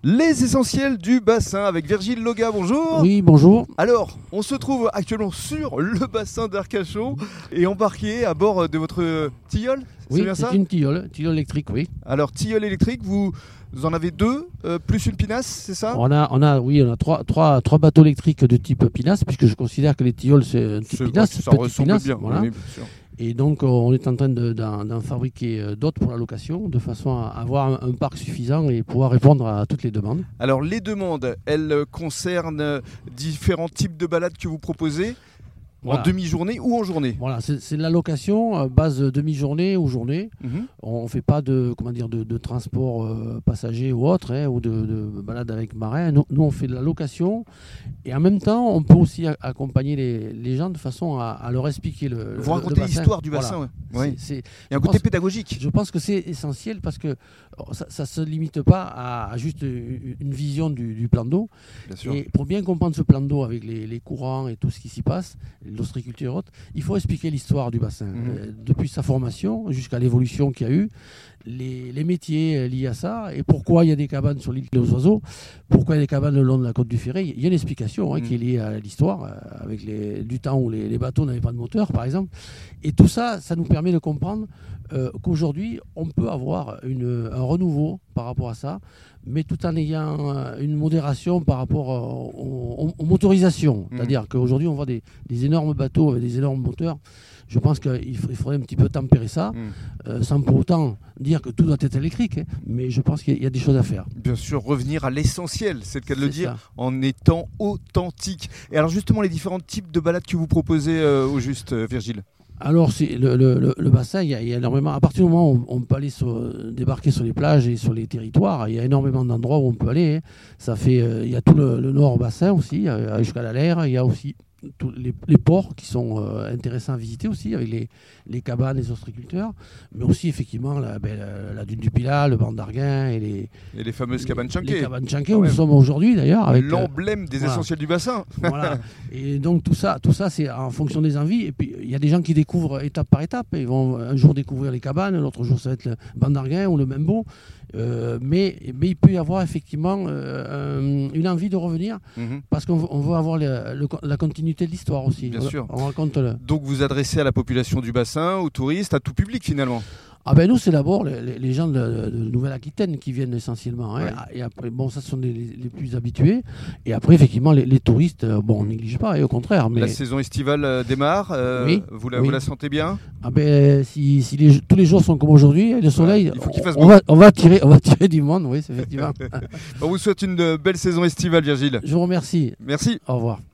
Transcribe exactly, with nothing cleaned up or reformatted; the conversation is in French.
Les essentiels du bassin avec Virgile Loga, bonjour. Oui, bonjour. Alors, on se trouve actuellement sur le bassin d'Arcachon et embarqué à bord de votre tilleul, Oui, c'est bien ça? c'est une tilleule, tilleule électrique, oui. Alors, tilleul électrique, vous, vous en avez deux, euh, plus une pinasse, c'est ça? On a, on a, oui, on a trois, trois, trois bateaux électriques de type pinasse, puisque je considère que les tilleuls, c'est un type C'est- pinasse, ça petite ressemble pinasse, bien, voilà. oui, bien sûr. Et donc, on est en train de- d'en d'en fabriquer euh, d'autres pour la location, de façon à avoir un, un parc suffisant et pouvoir répondre à toutes les demandes. Alors, les demandes, elles concernent différents types de balades que vous proposez Voilà. en demi-journée ou en journée. Voilà, c'est c'est de la location, euh, base demi-journée ou journée. Mhm. On ne fait pas de, comment dire, de, de transport euh, passager ou autre, hein, ou de, de balade avec marin. Nous, nous, on fait de la location. Et en même temps, on peut aussi a- accompagner les, les gens de façon à, à leur expliquer le, le- Vous le racontez bassin. l'histoire du Voilà. bassin, ouais. Ouais. C'est- c'est- Il y a un je côté pense- pédagogique. Je pense que c'est essentiel parce que oh, ça ne se limite pas à, à juste une une vision du, du plan d'eau. Bien sûr. Et pour bien comprendre ce plan d'eau avec les, les courants et tout ce qui s'y passe, l'ostréiculture et autres, il faut expliquer l'histoire du bassin. Mhm. Euh, depuis sa formation jusqu'à l'évolution qu'il y a eu, les, les métiers euh, liés à ça, et pourquoi il y a des cabanes sur l'île aux oiseaux, pourquoi il y a des cabanes le long de la côte du Ferret. Il y a une explication hein, Mhm. qui est liée à l'histoire, euh, avec les, du temps où les, les bateaux n'avaient pas de moteur, par exemple. Et tout ça, ça nous permet de comprendre euh, qu'aujourd'hui, on peut avoir une, un renouveau par rapport à ça, mais tout en ayant euh, une modération par rapport euh, aux, aux- aux motorisations. Mhm. C'est-à-dire qu'aujourd'hui, on voit des, des énormes bateaux avec des énormes moteurs. Je pense qu'il f- il faudrait un petit peu tempérer ça, Mhm. euh, sans pour autant dire que tout doit être électrique. hein. Mais je pense qu'il y a des choses à faire. Bien sûr, revenir à l'essentiel, c'est le cas de le C'est dire, ça. en étant authentique. Et alors justement, les différents types de balades que vous proposez euh, au juste, euh, Virgile. Alors, c'est le, le- le- le bassin, il y, a, il y a énormément. À partir du moment où on peut aller sur- débarquer sur les plages et sur les territoires, il y a énormément d'endroits où on peut aller. hein. Ça fait, euh, il y a tout le, le nord bassin aussi, euh, jusqu'à la Leyre. Il y a aussi tous les, les ports qui sont euh, intéressants à visiter aussi, avec les, les cabanes, les ostréiculteurs, mais aussi effectivement la, ben, la, la dune du Pilat, le banc d'Arguin et les, Et les fameuses cabanes les chanquées. cabanes chanquées Quand où nous même. sommes aujourd'hui d'ailleurs. avec, euh, L'emblème des voilà. essentiels du bassin. voilà. Et donc tout ça, tout ça, c'est en fonction des envies. Et puis il y a des gens qui découvrent étape par étape. Ils vont un jour découvrir les cabanes, l'autre jour ça va être le banc d'Arguin ou le Membo. Euh, mais, mais il peut y avoir effectivement euh, un- une envie de revenir Mhm. parce qu'on veut, on veut avoir le- le- la continuité de l'histoire aussi. Bien on, sûr. On raconte le... Donc vous adressez à la population du bassin, aux touristes, à tout public finalement. Ah ben nous c'est d'abord les, les- les gens de, de- de Nouvelle-Aquitaine qui viennent essentiellement. hein. Ouais. Et après bon ça ce sont les, les plus habitués. Et après effectivement les, les touristes, euh, bon on néglige pas et au contraire. Mais La saison estivale euh, démarre, euh, Oui, vous, la, oui. vous la sentez bien? ah ben, si, si les, tous les jours sont comme aujourd'hui, le soleil, il faut qu'il fasse on, beau. on va, on va tirer, on va tirer du monde, oui, c'est effectivement. On vous souhaite une euh, belle saison estivale, Virgile. Je vous remercie. Merci. Au revoir.